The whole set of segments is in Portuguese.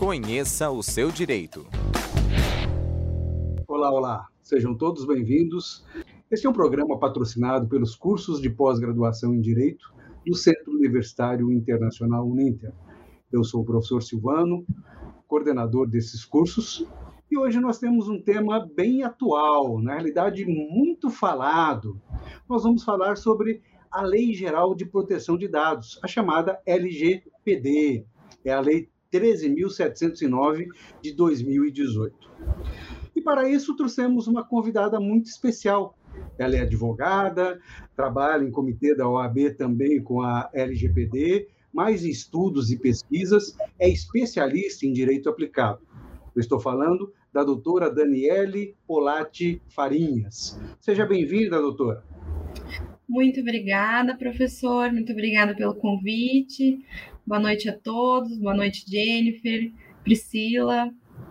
Conheça o seu direito. Olá, olá. Sejam todos bem-vindos. Este é um programa patrocinado pelos cursos de pós-graduação em Direito do Centro Universitário Internacional Uninter. Eu sou o professor Silvano, coordenador desses cursos, e hoje nós temos um tema bem atual, na realidade muito falado. Nós vamos falar sobre a Lei Geral de Proteção de Dados, a chamada LGPD, é a Lei 13.709 de 2018. E para isso trouxemos uma convidada muito especial. Ela é advogada, trabalha em comitê da OAB também com a LGPD, mais estudos e pesquisas, é especialista em direito aplicado. Eu estou falando da doutora Daniele Polatti Farinhas. Seja bem-vinda, doutora. Muito obrigada, professor. Muito obrigada pelo convite. Boa noite a todos. Boa noite, Jennifer, Priscila.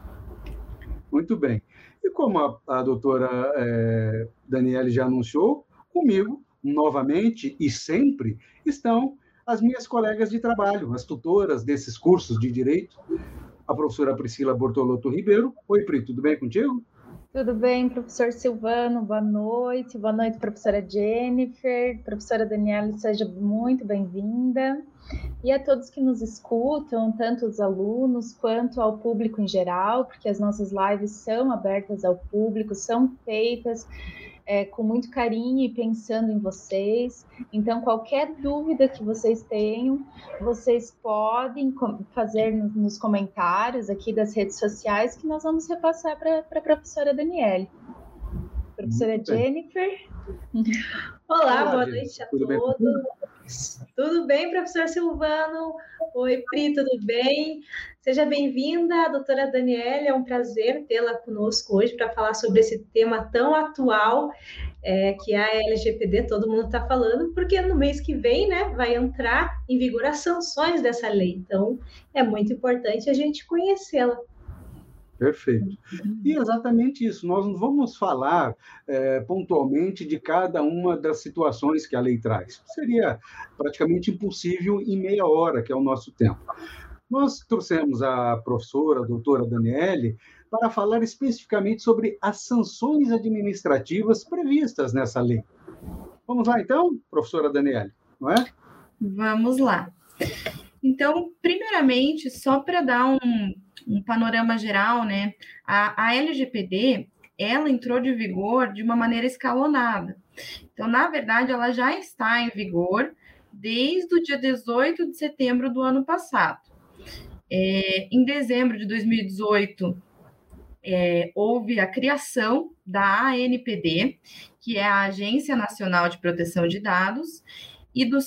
Muito bem. E como a doutora Daniele já anunciou, comigo, novamente e sempre, estão as minhas colegas de trabalho, as tutoras desses cursos de Direito, a professora Priscila Bortolotto Ribeiro. Oi, Pri, tudo bem contigo? Tudo bem, professor Silvano, boa noite. Boa noite, professora Jennifer. Professora Daniela, seja muito bem-vinda. E a todos que nos escutam, tanto os alunos quanto ao público em geral, porque as nossas lives são abertas ao público, são feitas com muito carinho e pensando em vocês. Então, qualquer dúvida que vocês tenham, vocês podem fazer nos comentários aqui das redes sociais, que nós vamos repassar para a professora Daniele. Professora Jennifer. Olá, boa noite a todos. Tudo bem, professor Silvano? Oi, Pri, tudo bem? Seja bem-vinda, doutora Daniele. É um prazer tê-la conosco hoje para falar sobre esse tema tão atual que é a LGPD, todo mundo está falando, porque no mês que vem, né, vai entrar em vigor as sanções dessa lei. Então, é muito importante a gente conhecê-la. Perfeito. E exatamente isso, nós não vamos falar pontualmente de cada uma das situações que a lei traz. Seria praticamente impossível em meia hora, que é o nosso tempo. Nós trouxemos a professora, a doutora Daniele, para falar especificamente sobre as sanções administrativas previstas nessa lei. Vamos lá, então, professora Daniele, não é? Vamos lá. Então, primeiramente, só para dar um panorama geral, né? A LGPD, ela entrou de vigor de uma maneira escalonada. Então, na verdade, ela já está em vigor desde o dia 18 de setembro do ano passado. Em dezembro de 2018, houve a criação da ANPD, que é a Agência Nacional de Proteção de Dados, e do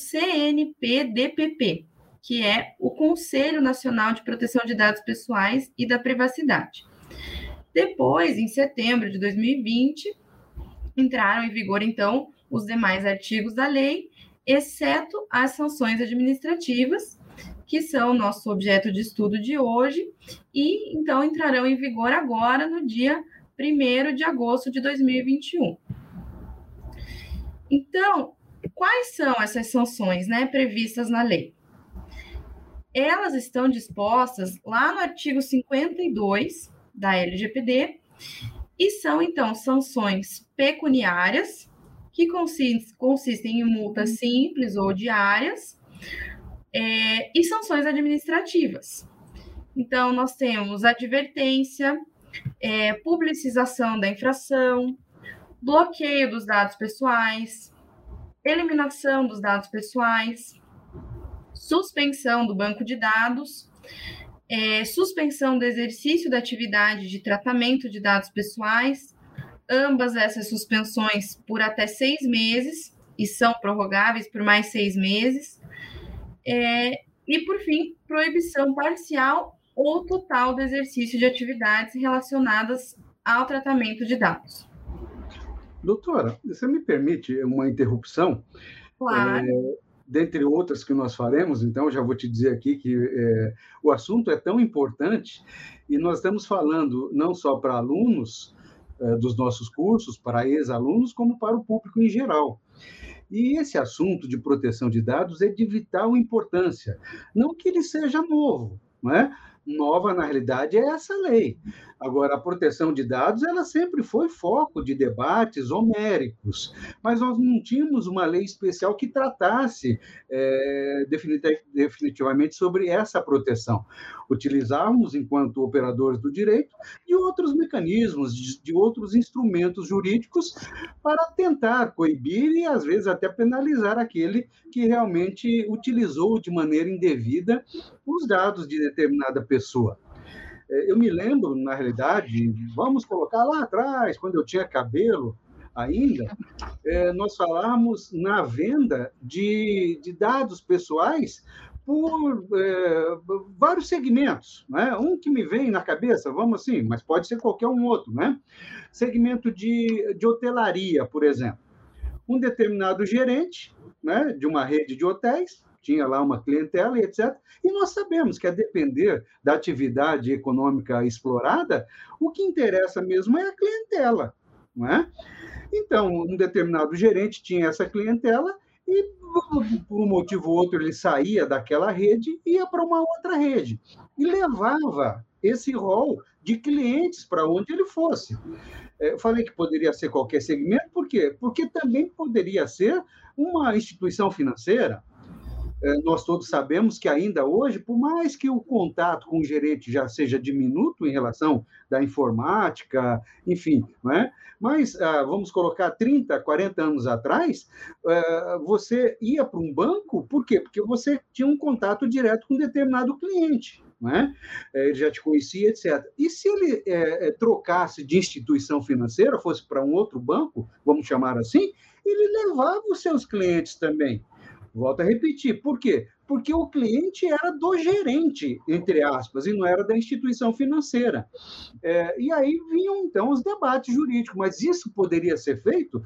CNPDPP, que é o Conselho Nacional de Proteção de Dados Pessoais e da Privacidade. Depois, em setembro de 2020, entraram em vigor, então, os demais artigos da lei, exceto as sanções administrativas, que são o nosso objeto de estudo de hoje, e, então, entrarão em vigor agora, no dia 1º de agosto de 2021. Então, quais são essas sanções, né, previstas na lei? Elas estão dispostas lá no artigo 52 da LGPD e são, então, sanções pecuniárias, que consistem em multas simples ou diárias, e sanções administrativas. Então, nós temos advertência, publicização da infração, bloqueio dos dados pessoais, eliminação dos dados pessoais, suspensão do banco de dados, suspensão do exercício da atividade de tratamento de dados pessoais, ambas essas suspensões por até 6 meses, e são prorrogáveis por mais 6 meses, e, por fim, proibição parcial ou total do exercício de atividades relacionadas ao tratamento de dados. Doutora, você me permite uma interrupção? Claro. Dentre outras que nós faremos, então, já vou te dizer aqui que o assunto é tão importante e nós estamos falando não só para alunos dos nossos cursos, para ex-alunos, como para o público em geral. E esse assunto de proteção de dados é de vital importância. Não que ele seja novo, não é? nova, na realidade, é essa lei. Agora, a proteção de dados, ela sempre foi foco de debates homéricos, mas nós não tínhamos uma lei especial que tratasse definitivamente sobre essa proteção. Utilizávamos, enquanto operadores do direito, de outros mecanismos, de outros instrumentos jurídicos para tentar coibir e, às vezes, até penalizar aquele que realmente utilizou de maneira indevida os dados de determinada pessoa. Eu me lembro, na realidade, vamos colocar lá atrás, quando eu tinha cabelo ainda, nós falávamos na venda de dados pessoais por vários segmentos, né? Um que me vem na cabeça, vamos assim, mas pode ser qualquer um outro, né? Segmento de hotelaria, por exemplo. Um determinado gerente, né, de uma rede de hotéis, tinha lá uma clientela e etc. E nós sabemos que, a depender da atividade econômica explorada, o que interessa mesmo é a clientela, não é? Então, um determinado gerente tinha essa clientela e, por um motivo ou outro, ele saía daquela rede e ia para uma outra rede e levava esse rol de clientes para onde ele fosse. Eu falei que poderia ser qualquer segmento, por quê? Porque também poderia ser uma instituição financeira. Nós todos sabemos que ainda hoje, por mais que o contato com o gerente já seja diminuto em relação da informática, enfim, não é? Mas vamos colocar 30, 40 anos atrás, você ia para um banco, por quê? Porque você tinha um contato direto com um determinado cliente. Né? Ele já te conhecia, etc. E se ele trocasse de instituição financeira, fosse para um outro banco, vamos chamar assim, ele levava os seus clientes também. Volto a repetir, por quê? Porque o cliente era do gerente, entre aspas, e não era da instituição financeira. E aí vinham, então, os debates jurídicos, mas isso poderia ser feito?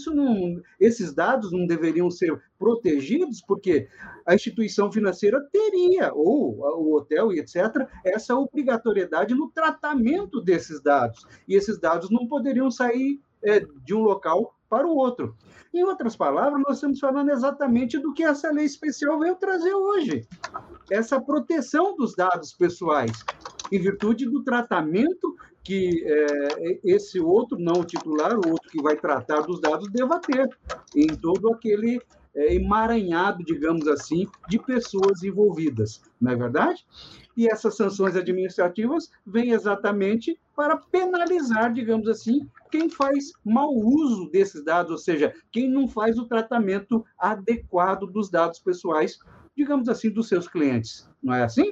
Esses dados não deveriam ser protegidos, porque a instituição financeira teria, ou o hotel e etc., essa obrigatoriedade no tratamento desses dados, e esses dados não poderiam sair de um local para o outro. Em outras palavras, nós estamos falando exatamente do que essa lei especial veio trazer hoje. Essa proteção dos dados pessoais, em virtude do tratamento que esse outro, não o titular, o outro que vai tratar dos dados, deva ter em todo aquele emaranhado, digamos assim, de pessoas envolvidas, não é verdade? E essas sanções administrativas vêm exatamente para penalizar, digamos assim, quem faz mau uso desses dados, ou seja, quem não faz o tratamento adequado dos dados pessoais, digamos assim, dos seus clientes. Não é assim?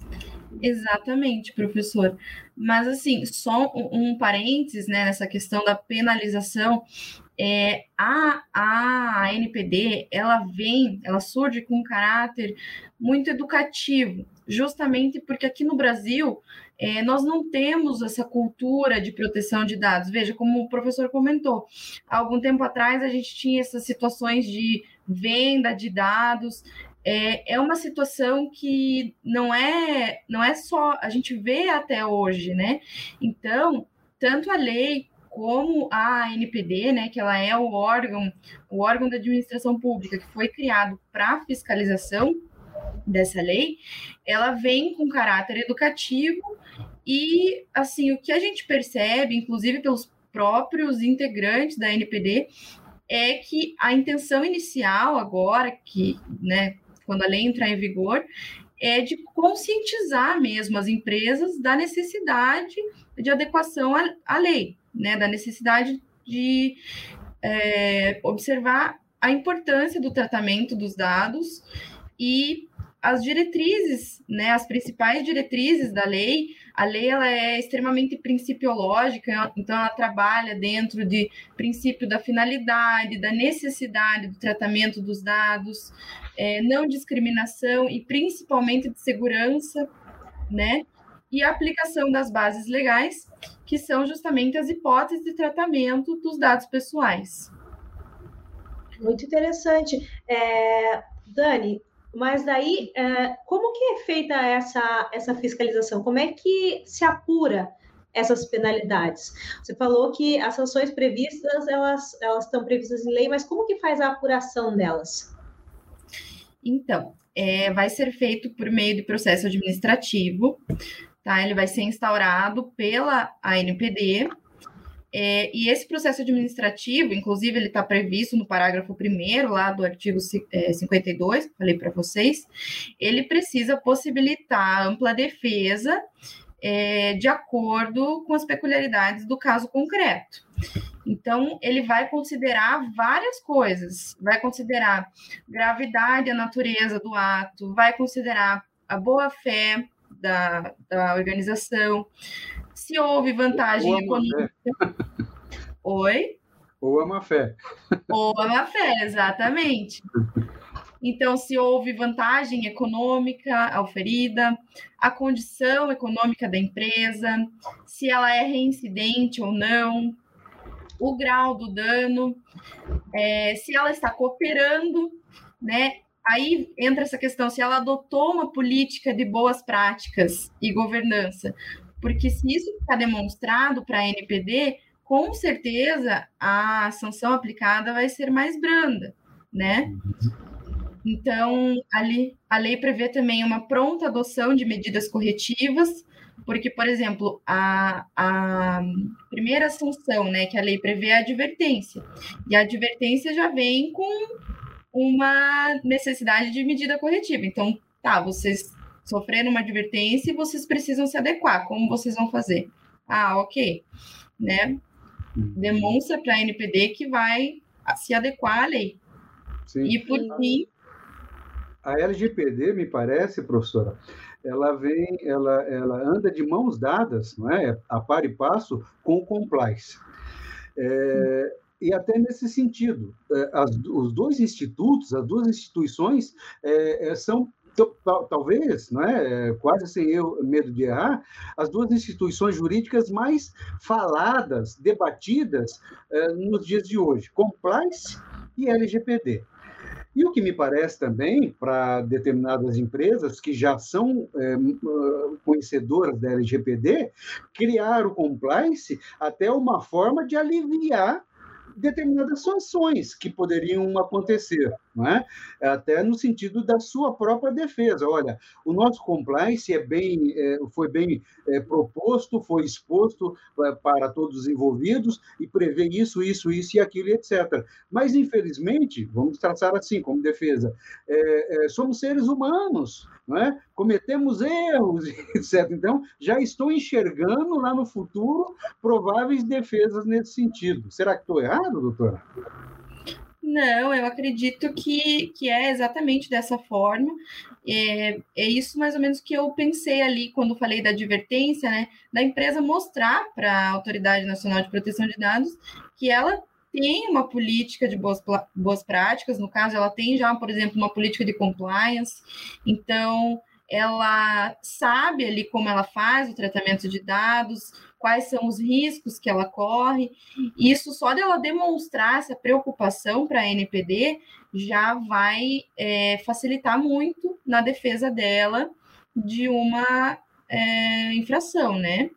Exatamente, professor. Mas, assim, só um parênteses, né, nessa questão da penalização. A ANPD, ela surge com um caráter muito educativo, justamente porque aqui no Brasil nós não temos essa cultura de proteção de dados. Veja, como o professor comentou, há algum tempo atrás a gente tinha essas situações de venda de dados. É uma situação que não é só, a gente vê até hoje, né? Então, tanto a lei como a ANPD, né, que ela é o órgão da administração pública que foi criado para fiscalização dessa lei, ela vem com caráter educativo e, assim, o que a gente percebe, inclusive pelos próprios integrantes da ANPD, é que a intenção inicial agora, que, né, quando a lei entrar em vigor, é de conscientizar mesmo as empresas da necessidade de adequação à lei, né, da necessidade de observar a importância do tratamento dos dados e as diretrizes, né, as principais diretrizes da lei. A lei ela é extremamente principiológica, então ela trabalha dentro de princípio da finalidade, da necessidade do tratamento dos dados, não discriminação e principalmente de segurança, né, e a aplicação das bases legais, que são justamente as hipóteses de tratamento dos dados pessoais. Muito interessante. Dani, mas daí, como que é feita essa fiscalização? Como é que se apura essas penalidades? Você falou que as sanções previstas, elas estão previstas em lei, mas como que faz a apuração delas? Então, vai ser feito por meio de processo administrativo, tá? Ele vai ser instaurado pela ANPD, e esse processo administrativo, inclusive, ele está previsto no parágrafo 1º lá do artigo 52, que falei para vocês, ele precisa possibilitar ampla defesa de acordo com as peculiaridades do caso concreto. Então, ele vai considerar várias coisas, vai considerar gravidade, a natureza do ato, vai considerar a boa-fé da organização, se houve vantagem econômica. Oi? Ou a má-fé. Ou a má-fé, exatamente. Então, se houve vantagem econômica auferida, a condição econômica da empresa, se ela é reincidente ou não, o grau do dano, se ela está cooperando, né? Aí entra essa questão, se ela adotou uma política de boas práticas e governança, porque se isso ficar demonstrado para a ANPD, com certeza a sanção aplicada vai ser mais branda, né? Então, a lei prevê também uma pronta adoção de medidas corretivas, porque, por exemplo, a primeira sanção, né, que a lei prevê é a advertência, e a advertência já vem com uma necessidade de medida corretiva. Então, vocês sofreram uma advertência e vocês precisam se adequar. Como vocês vão fazer? Ok, né? Demonstra para a ANPD que vai se adequar à lei. Sim. E, por fim... A LGPD, me parece, professora, ela anda de mãos dadas, não é? A par e passo com o compliance. E até nesse sentido, os dois institutos, as duas instituições são, talvez, não é? Quase sem medo de errar, as duas instituições jurídicas mais faladas, debatidas nos dias de hoje, compliance e LGPD. E o que me parece também, para determinadas empresas que já são conhecedoras da LGPD, criar o compliance até uma forma de aliviar determinadas sanções que poderiam acontecer, não é? Até no sentido da sua própria defesa. Olha, o nosso compliance foi bem proposto, foi exposto para todos os envolvidos e prevê isso e aquilo, etc. Mas, infelizmente, vamos traçar assim, como defesa, somos seres humanos, não é? Cometemos erros, etc. Então, já estou enxergando lá no futuro prováveis defesas nesse sentido. Será que estou errado, doutora? Não, eu acredito que é exatamente dessa forma. É isso mais ou menos que eu pensei ali quando falei da advertência, né? Da empresa mostrar para a Autoridade Nacional de Proteção de Dados que ela tem uma política de boas práticas, no caso, ela tem já, por exemplo, uma política de compliance, então ela sabe ali como ela faz o tratamento de dados, quais são os riscos que ela corre. Isso só dela demonstrar essa preocupação para a ANPD já vai facilitar muito na defesa dela de uma infração, né?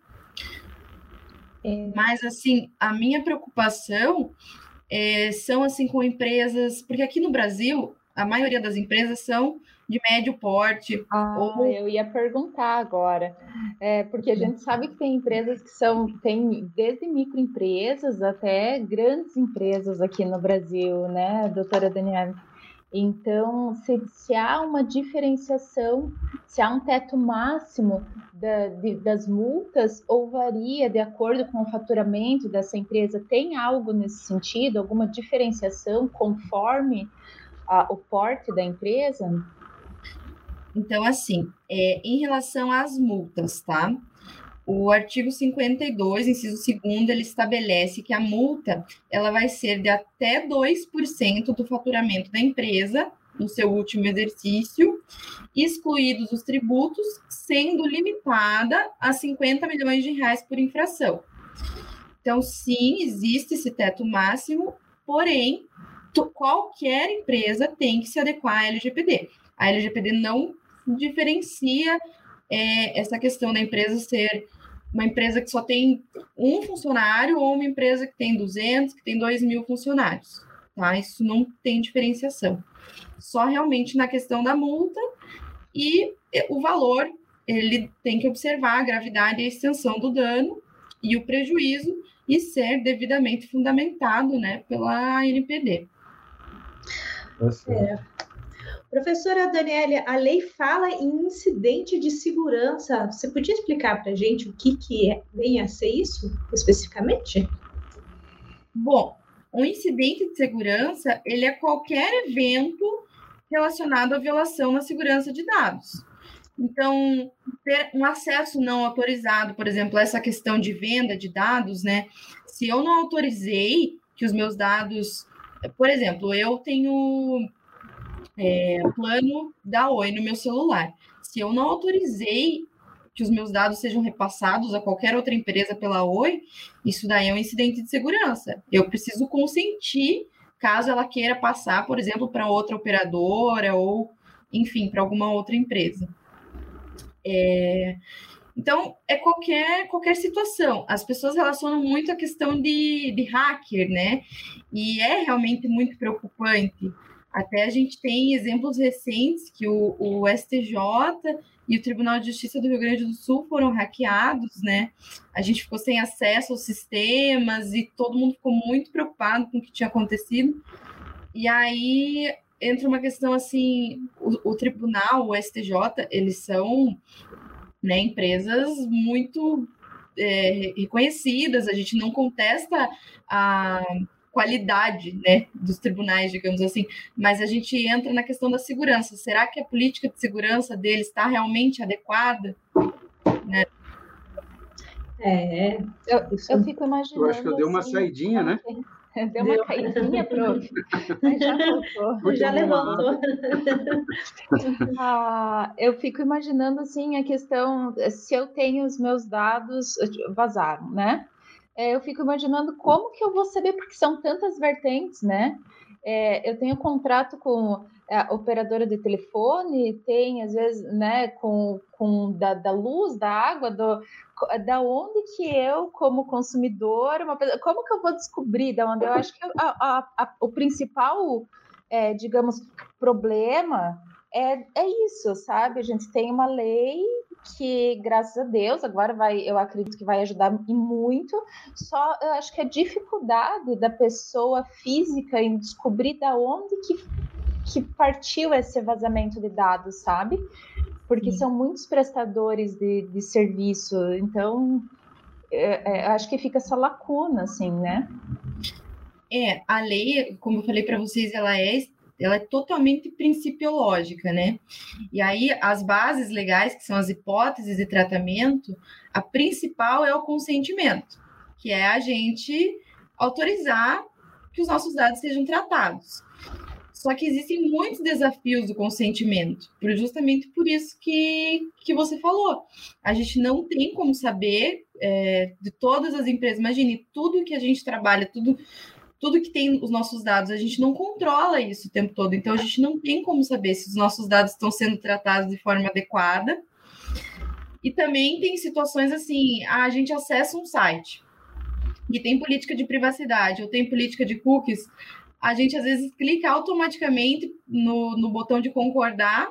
Mas, assim, a minha preocupação são, assim, com empresas... Porque aqui no Brasil, a maioria das empresas são de médio porte. Eu ia perguntar agora, porque a gente sabe que tem empresas que tem desde microempresas até grandes empresas aqui no Brasil, né, doutora Daniela? Então, se há uma diferenciação, se há um teto máximo das multas, ou varia de acordo com o faturamento dessa empresa, tem algo nesse sentido, alguma diferenciação conforme o porte da empresa? Então, assim, em relação às multas, tá? O artigo 52, inciso 2º, ele estabelece que a multa ela vai ser de até 2% do faturamento da empresa no seu último exercício, excluídos os tributos, sendo limitada a R$50 milhões por infração. Então, sim, existe esse teto máximo, porém, qualquer empresa tem que se adequar à LGPD. A LGPD não diferencia essa questão da empresa ser uma empresa que só tem um funcionário ou uma empresa que tem 200, que tem 2.000 funcionários. tá? Isso não tem diferenciação. Só realmente na questão da multa e o valor, ele tem que observar a gravidade e a extensão do dano e o prejuízo e ser devidamente fundamentado, né, pela ANPD. Professora Daniela, a lei fala em incidente de segurança. Você podia explicar para a gente o que vem a ser isso, especificamente? Bom, um incidente de segurança, ele é qualquer evento relacionado à violação na segurança de dados. Então, ter um acesso não autorizado, por exemplo, essa questão de venda de dados, né? Se eu não autorizei que os meus dados... Por exemplo, eu tenho plano da Oi no meu celular. Se eu não autorizei que os meus dados sejam repassados a qualquer outra empresa pela Oi, isso daí é um incidente de segurança. Eu preciso consentir, caso ela queira passar, por exemplo, para outra operadora ou, enfim, para alguma outra empresa. Então, é qualquer situação. As pessoas relacionam muito a questão de hacker, né? E é realmente muito preocupante. Até a gente tem exemplos recentes que o STJ e o Tribunal de Justiça do Rio Grande do Sul foram hackeados, né? A gente ficou sem acesso aos sistemas e todo mundo ficou muito preocupado com o que tinha acontecido. E aí entra uma questão assim, o tribunal, o STJ, eles são, né, empresas muito reconhecidas, a gente não contesta a qualidade, né, dos tribunais, digamos assim, mas a gente entra na questão da segurança. Será que a política de segurança deles está realmente adequada? Né? Eu fico imaginando... Eu acho que eu dei uma saidinha, né? Deu uma caidinha, prof. Mas já voltou. Já levantou. Eu fico imaginando, assim, a questão... Se eu tenho os meus dados vazaram, né? Eu fico imaginando como que eu vou saber, porque são tantas vertentes, né? Eu tenho contrato com a operadora de telefone, tem, às vezes, né, com da luz, da água, da onde que eu, como consumidor, como que eu vou descobrir da onde? Eu acho que o principal, digamos, problema é isso, sabe? A gente tem uma lei que, graças a Deus, agora eu acredito que vai ajudar muito, só eu acho que a dificuldade da pessoa física em descobrir da onde que partiu esse vazamento de dados, sabe? Porque são muitos prestadores de serviço, então acho que fica essa lacuna, assim, né? A lei, como eu falei para vocês, ela é totalmente principiológica, né? E aí, as bases legais, que são as hipóteses de tratamento, a principal é o consentimento, que é a gente autorizar que os nossos dados sejam tratados. Só que existem muitos desafios do consentimento, justamente por isso que você falou. A gente não tem como saber de todas as empresas. Imagine, tudo que a gente trabalha, tudo que tem os nossos dados, a gente não controla isso o tempo todo. Então, a gente não tem como saber se os nossos dados estão sendo tratados de forma adequada. E também tem situações assim, a gente acessa um site e tem política de privacidade ou tem política de cookies, a gente às vezes clica automaticamente no botão de concordar,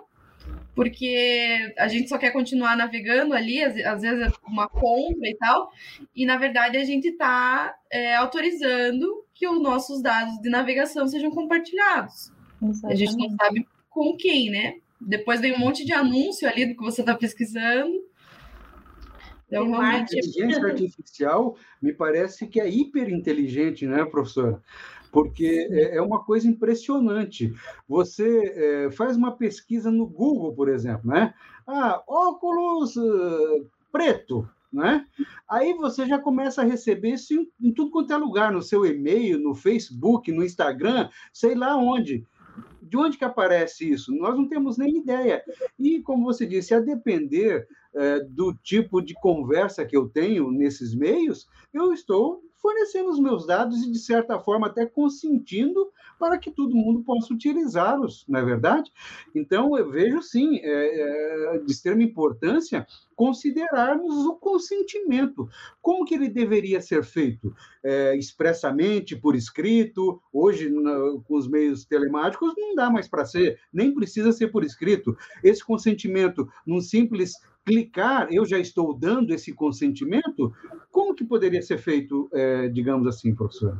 porque a gente só quer continuar navegando ali, às vezes é uma compra e tal, e na verdade a gente está autorizando que os nossos dados de navegação sejam compartilhados. A gente não sabe com quem, né? Depois vem um monte de anúncio ali do que você está pesquisando. Então, realmente... A inteligência artificial me parece que é hiperinteligente, né, professora? Porque é uma coisa impressionante. Você faz uma pesquisa no Google, por exemplo, né? Óculos preto, né? Aí você já começa a receber isso em tudo quanto é lugar, no seu e-mail, no Facebook, no Instagram, sei lá onde. De onde que aparece isso? Nós não temos nem ideia. E, como você disse, a depender do tipo de conversa que eu tenho nesses meios, eu estou fornecendo os meus dados e, de certa forma, até consentindo para que todo mundo possa utilizá-los, não é verdade? Então, eu vejo, sim, de extrema importância considerarmos o consentimento. Como que ele deveria ser feito? Expressamente, por escrito? Hoje, com os meios telemáticos, não dá mais para ser, nem precisa ser por escrito. Esse consentimento, num simples clicar, eu já estou dando esse consentimento? Como que poderia ser feito, digamos assim, professor?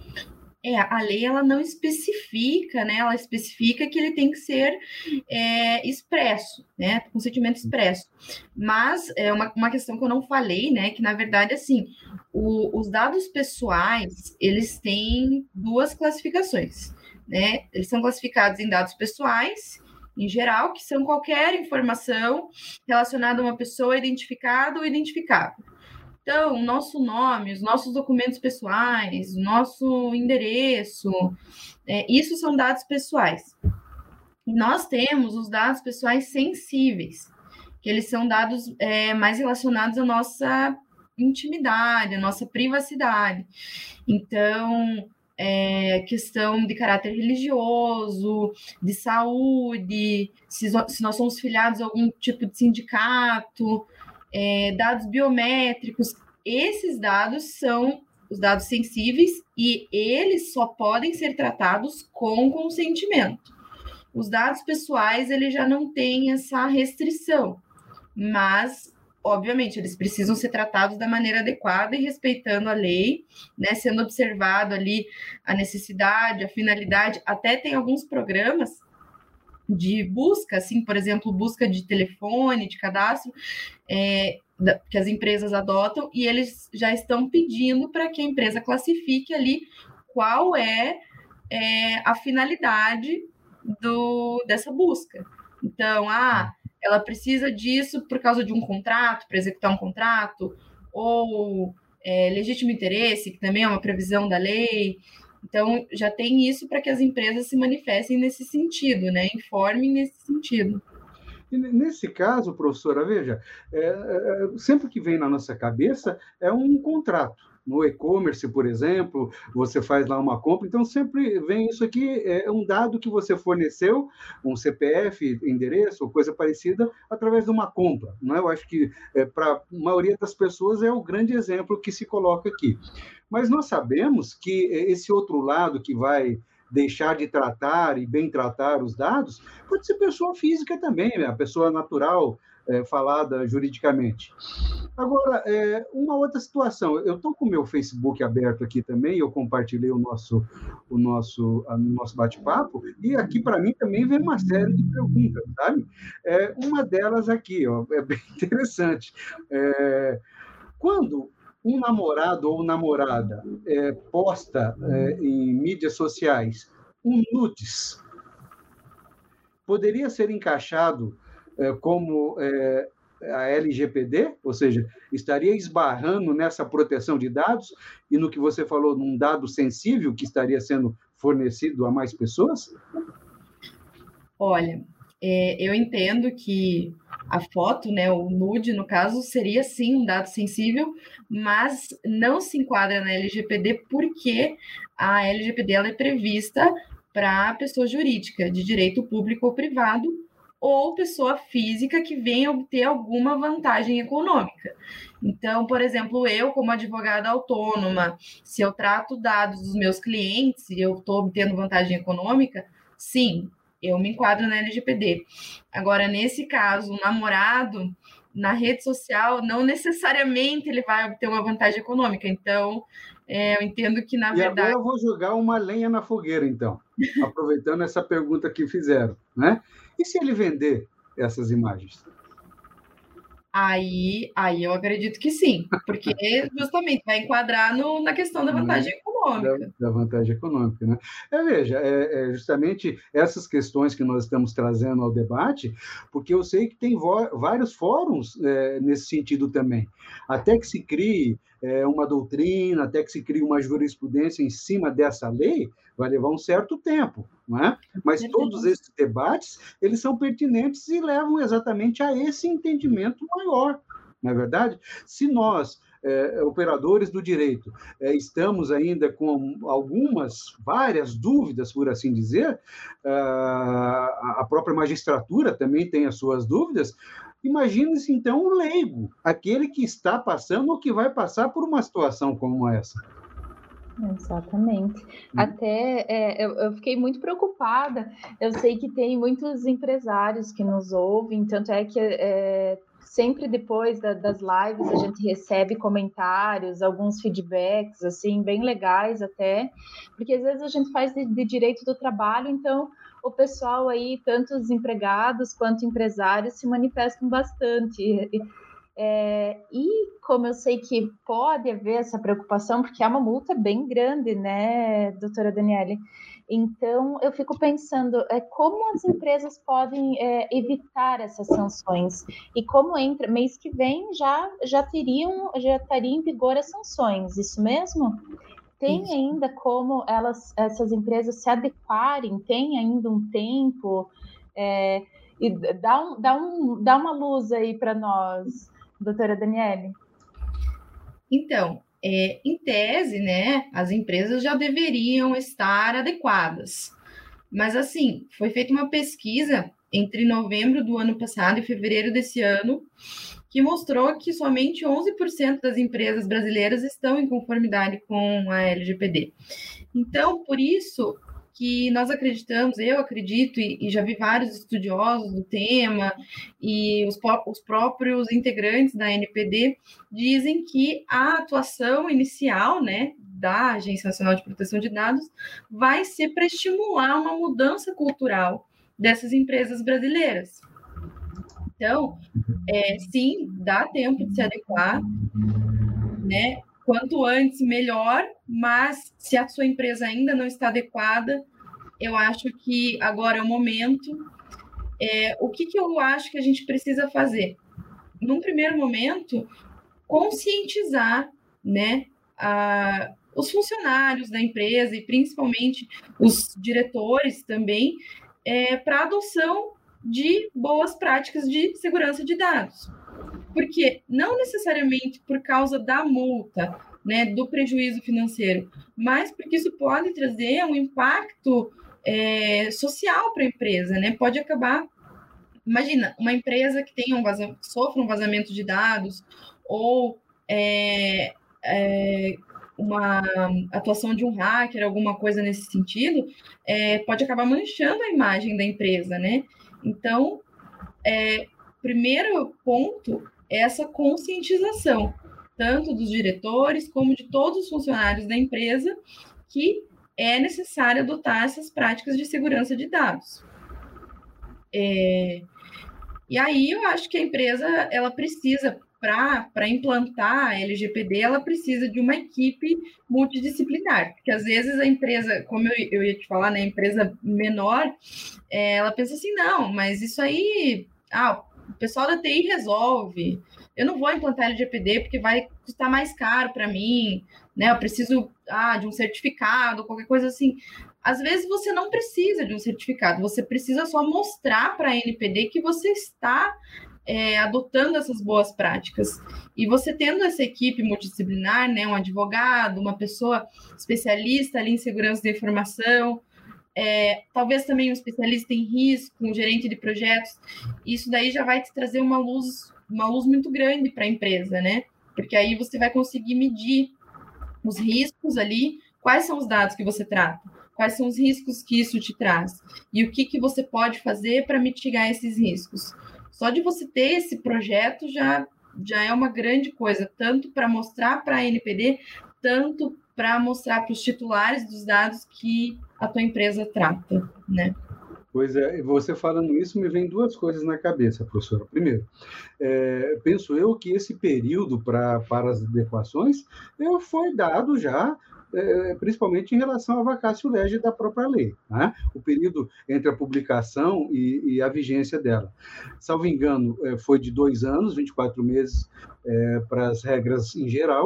A lei ela não especifica, né? Ela especifica que ele tem que ser expresso, né? Consentimento expresso. Mas é uma questão que eu não falei, né? Que na verdade, assim, os dados pessoais eles têm duas classificações, né? Eles são classificados em dados pessoais, em geral, que são qualquer informação relacionada a uma pessoa identificada ou identificável. Então, o nosso nome, os nossos documentos pessoais, o nosso endereço, isso são dados pessoais. E nós temos os dados pessoais sensíveis, que eles são dados mais relacionados à nossa intimidade, à nossa privacidade. Então, questão de caráter religioso, de saúde, se nós somos filiados a algum tipo de sindicato, dados biométricos, esses dados são os dados sensíveis e eles só podem ser tratados com consentimento. Os dados pessoais, eles já não têm essa restrição, mas, obviamente, eles precisam ser tratados da maneira adequada e respeitando a lei, né, sendo observado ali a necessidade, a finalidade. Até tem alguns programas de busca, assim, por exemplo, busca de telefone, de cadastro, que as empresas adotam, e eles já estão pedindo para que a empresa classifique ali qual é a finalidade dessa busca. Então, ela precisa disso por causa de um contrato, para executar um contrato, ou legítimo interesse, que também é uma previsão da lei. Então, já tem isso para que as empresas se manifestem nesse sentido, né? Informem nesse sentido. E nesse caso, professora, veja, sempre que vem na nossa cabeça é um contrato. No e-commerce, por exemplo, você faz lá uma compra, então sempre vem isso aqui, é um dado que você forneceu, um CPF, endereço ou coisa parecida, através de uma compra. Não é? Eu acho que para a maioria das pessoas é o grande exemplo que se coloca aqui. Mas nós sabemos que esse outro lado que vai deixar de tratar e bem tratar os dados, pode ser pessoa física também, né? A pessoa natural falada juridicamente. Agora, uma outra situação, eu estou com o meu Facebook aberto aqui também, eu compartilhei o nosso bate-papo, e aqui para mim também vem uma série de perguntas, sabe? Uma delas aqui, ó, é bem interessante. Quando um namorado ou namorada posta em mídias sociais um nudes, poderia ser encaixado como a LGPD, ou seja, estaria esbarrando nessa proteção de dados e no que você falou, num dado sensível que estaria sendo fornecido a mais pessoas? Olha, eu entendo que a foto, né, o nude, no caso, seria sim um dado sensível, mas não se enquadra na LGPD porque a LGPD ela é prevista para pessoa jurídica, de direito público ou privado, ou pessoa física que venha obter alguma vantagem econômica. Então, por exemplo, eu, como advogada autônoma, se eu trato dados dos meus clientes e eu estou obtendo vantagem econômica, sim, eu me enquadro na LGPD. Agora, nesse caso, o namorado, na rede social, não necessariamente ele vai obter uma vantagem econômica. Então, eu entendo que, na verdade... E agora eu vou jogar uma lenha na fogueira, então, aproveitando essa pergunta que fizeram, né? E se ele vender essas imagens? Aí eu acredito que sim, porque justamente vai enquadrar na questão da vantagem econômica. Da vantagem econômica, né? Veja, justamente essas questões que nós estamos trazendo ao debate, porque eu sei que tem vários fóruns nesse sentido também. Até que se crie uma doutrina, até que se crie uma jurisprudência em cima dessa lei, vai levar um certo tempo, não é? Mas todos esses debates, eles são pertinentes e levam exatamente a esse entendimento maior, não é verdade? Se nós operadores do direito, estamos ainda com várias dúvidas, por assim dizer, a própria magistratura também tem as suas dúvidas. Imagine-se, então, o leigo, aquele que está passando ou que vai passar por uma situação como essa. Exatamente. Até eu fiquei muito preocupada. Eu sei que tem muitos empresários que nos ouvem, tanto é que sempre depois das lives a gente recebe comentários, alguns feedbacks, assim, bem legais até, porque às vezes a gente faz de direito do trabalho, então o pessoal aí, tanto os empregados quanto empresários, se manifestam bastante. E como eu sei que pode haver essa preocupação, porque é uma multa bem grande, né, doutora Daniele? Então, eu fico pensando como as empresas podem evitar essas sanções. E como mês que vem já estaria em vigor as sanções, isso mesmo? Tem ainda como essas empresas se adequarem? Tem ainda um tempo? E dá uma luz aí para nós, doutora Daniele. Então, em tese, né, as empresas já deveriam estar adequadas. Mas, assim, foi feita uma pesquisa entre novembro do ano passado e fevereiro desse ano, que mostrou que somente 11% das empresas brasileiras estão em conformidade com a LGPD. Então, por isso que nós acreditamos, eu acredito, e já vi vários estudiosos do tema, e os próprios integrantes da NPD dizem que a atuação inicial, né, da Agência Nacional de Proteção de Dados vai ser para estimular uma mudança cultural dessas empresas brasileiras. Então, sim, dá tempo de se adequar, né? Quanto antes, melhor, mas se a sua empresa ainda não está adequada, eu acho que agora é o momento. O que eu acho que a gente precisa fazer? Num primeiro momento, conscientizar, né, os funcionários da empresa e principalmente os diretores também, para a adoção de boas práticas de segurança de dados. Porque não necessariamente por causa da multa, né, do prejuízo financeiro, mas porque isso pode trazer um impacto social para a empresa, né? Pode acabar. Imagina, uma empresa que tenha sofra um vazamento de dados ou uma atuação de um hacker, alguma coisa nesse sentido, pode acabar manchando a imagem da empresa, né? Então, primeiro ponto é essa conscientização, tanto dos diretores como de todos os funcionários da empresa, que é necessário adotar essas práticas de segurança de dados. E aí eu acho que a empresa, ela precisa, para implantar a LGPD, ela precisa de uma equipe multidisciplinar, porque às vezes a empresa, como eu ia te falar, né, a empresa menor, ela pensa assim, não, mas isso aí, o pessoal da TI resolve, eu não vou implantar a LGPD porque vai custar mais caro para mim, né, eu preciso de um certificado, qualquer coisa assim. Às vezes você não precisa de um certificado, você precisa só mostrar para a NPD que você está adotando essas boas práticas. E você tendo essa equipe multidisciplinar, né, um advogado, uma pessoa especialista ali em segurança da informação, talvez também um especialista em risco, um gerente de projetos, isso daí já vai te trazer uma luz muito grande para a empresa, né? Porque aí você vai conseguir medir os riscos ali, quais são os dados que você trata, quais são os riscos que isso te traz, e o que você pode fazer para mitigar esses riscos. Só de você ter esse projeto já é uma grande coisa, tanto para mostrar para a NPD, tanto para mostrar para os titulares dos dados que a tua empresa trata, né? Pois é, você falando isso, me vem duas coisas na cabeça, professora. Primeiro, penso eu que esse período para as adequações foi dado já, principalmente em relação à vacatio legis da própria lei, né? O período entre a publicação e a vigência dela. Salvo engano, foi de 2 anos, 24 meses para as regras em geral,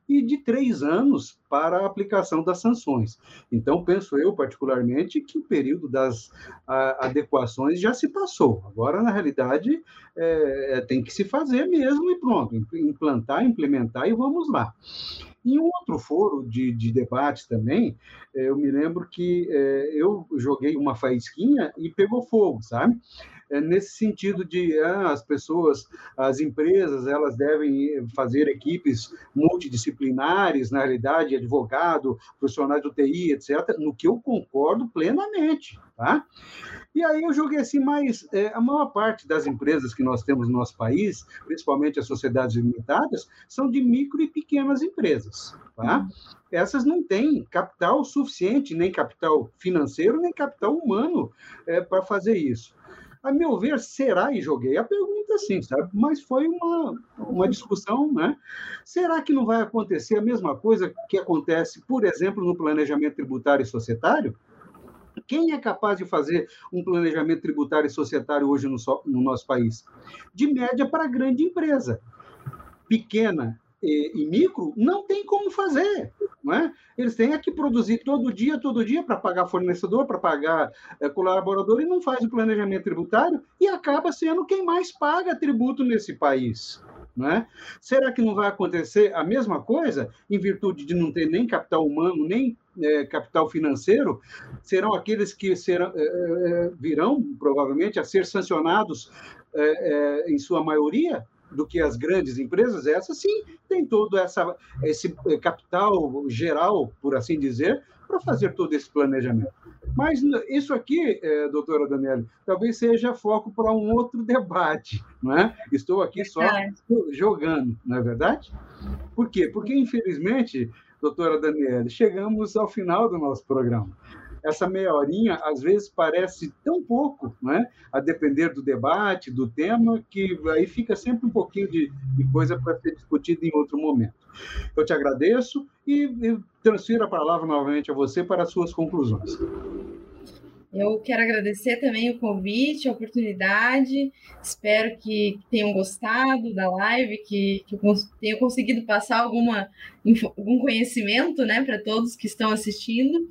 e de 3 anos para a aplicação das sanções. Então, penso eu, particularmente, que o período das adequações já se passou. Agora, na realidade, tem que se fazer mesmo e pronto, implantar, implementar e vamos lá. Em um outro foro de debate também, eu me lembro que eu joguei uma faísquinha e pegou fogo, sabe? Nesse sentido de as pessoas, as empresas, elas devem fazer equipes multidisciplinares, na realidade, advogado, profissionais do TI, etc., no que eu concordo plenamente, tá? E aí eu joguei assim, mas a maior parte das empresas que nós temos no nosso país, principalmente as sociedades limitadas, são de micro e pequenas empresas, tá? Essas não têm capital suficiente, nem capital financeiro, nem capital humano para fazer isso. A meu ver, será, e joguei a pergunta assim, sabe? Mas foi uma discussão, né? Será que não vai acontecer a mesma coisa que acontece, por exemplo, no planejamento tributário e societário? Quem é capaz de fazer um planejamento tributário e societário hoje no nosso país? De média para grande empresa. Pequena e micro, não tem como fazer. Não é? Eles têm que produzir todo dia, para pagar fornecedor, para pagar colaborador, e não faz o planejamento tributário e acaba sendo quem mais paga tributo nesse país. Não é? Será que não vai acontecer a mesma coisa, em virtude de não ter nem capital humano, nem capital financeiro? Serão aqueles que virão, provavelmente, a ser sancionados em sua maioria, do que as grandes empresas? Essas sim tem todo esse capital geral, por assim dizer, para fazer todo esse planejamento. Mas isso aqui, doutora Daniele, talvez seja foco para um outro debate, não é? Estou aqui só jogando, não é verdade? Por quê? Porque, infelizmente, doutora Daniele, chegamos ao final do nosso programa. Essa meia horinha, às vezes, parece tão pouco, não é? A depender do debate, do tema, que aí fica sempre um pouquinho de coisa para ser discutida em outro momento. Eu te agradeço e transfiro a palavra novamente a você para as suas conclusões. Eu quero agradecer também o convite, a oportunidade. Espero que tenham gostado da live, que eu tenha conseguido passar algum conhecimento, né, para todos que estão assistindo.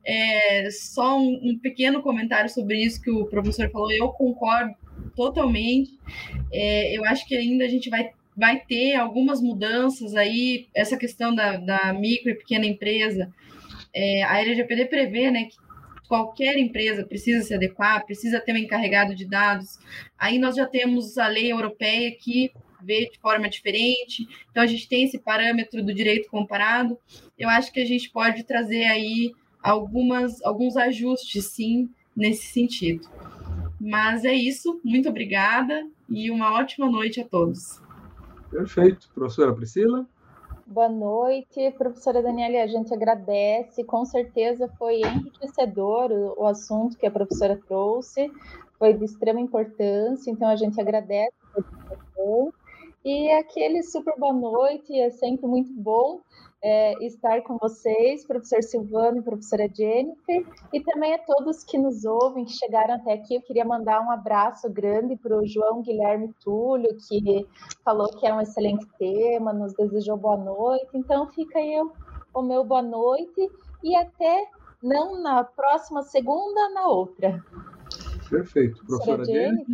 Só um pequeno comentário sobre isso que o professor falou. Eu concordo totalmente. Eu acho que ainda a gente vai ter algumas mudanças aí. Essa questão da micro e pequena empresa. A LGPD prevê, né, que qualquer empresa precisa se adequar, precisa ter um encarregado de dados. Aí nós já temos a lei europeia que vê de forma diferente, então a gente tem esse parâmetro do direito comparado. Eu acho que a gente pode trazer aí alguns ajustes, sim, nesse sentido. Mas é isso, muito obrigada e uma ótima noite a todos. Perfeito. Professora Priscila? Boa noite, professora Daniele, a gente agradece, com certeza foi enriquecedor o assunto que a professora trouxe, foi de extrema importância, então a gente agradece a participação. E aquele super boa noite, é sempre muito bom estar com vocês, professor Silvano e professora Jennifer, e também a todos que nos ouvem, que chegaram até aqui. Eu queria mandar um abraço grande para o João Guilherme Túlio, que falou que é um excelente tema, nos desejou boa noite. Então fica aí o meu boa noite e até não na próxima segunda, na outra. Perfeito. Professora Jennifer?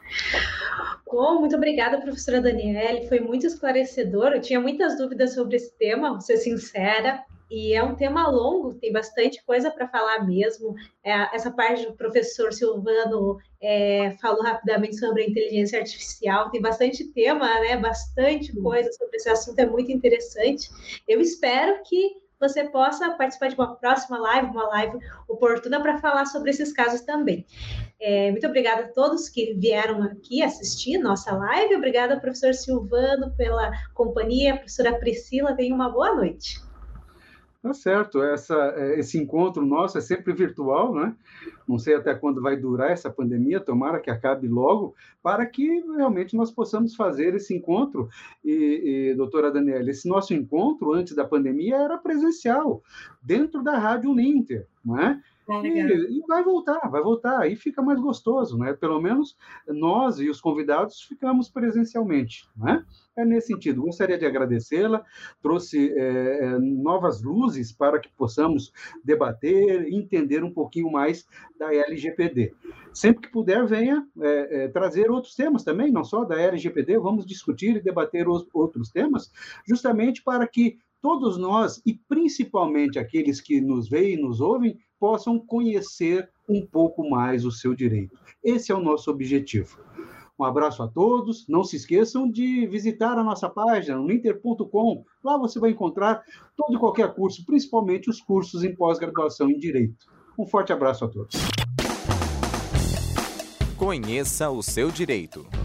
Bom, muito obrigada, professora Daniele, foi muito esclarecedor. Eu tinha muitas dúvidas sobre esse tema, vou ser sincera, e é um tema longo, tem bastante coisa para falar mesmo. Essa parte do professor Silvano falou rapidamente sobre a inteligência artificial, tem bastante tema, né? Bastante coisa sobre esse assunto, é muito interessante. Eu espero que você possa participar de uma próxima live, uma live oportuna para falar sobre esses casos também. Muito obrigada a todos que vieram aqui assistir nossa live. Obrigada, professor Silvano, pela companhia. Professora Priscila, tenha uma boa noite. Tá certo. Esse encontro nosso é sempre virtual, né? Não sei até quando vai durar essa pandemia, tomara que acabe logo, para que realmente nós possamos fazer esse encontro. E doutora Daniele, esse nosso encontro antes da pandemia era presencial, dentro da Rádio Uninter, não é? E vai voltar, aí fica mais gostoso, né? Pelo menos nós e os convidados ficamos presencialmente, né? É nesse sentido. Gostaria de agradecê-la, trouxe novas luzes para que possamos debater, entender um pouquinho mais da LGPD. Sempre que puder, venha trazer outros temas também, não só da LGPD, vamos discutir e debater outros temas, justamente para que todos nós, e principalmente aqueles que nos veem e nos ouvem, possam conhecer um pouco mais o seu direito. Esse é o nosso objetivo. Um abraço a todos. Não se esqueçam de visitar a nossa página, no inter.com. Lá você vai encontrar todo e qualquer curso, principalmente os cursos em pós-graduação em Direito. Um forte abraço a todos. Conheça o seu direito.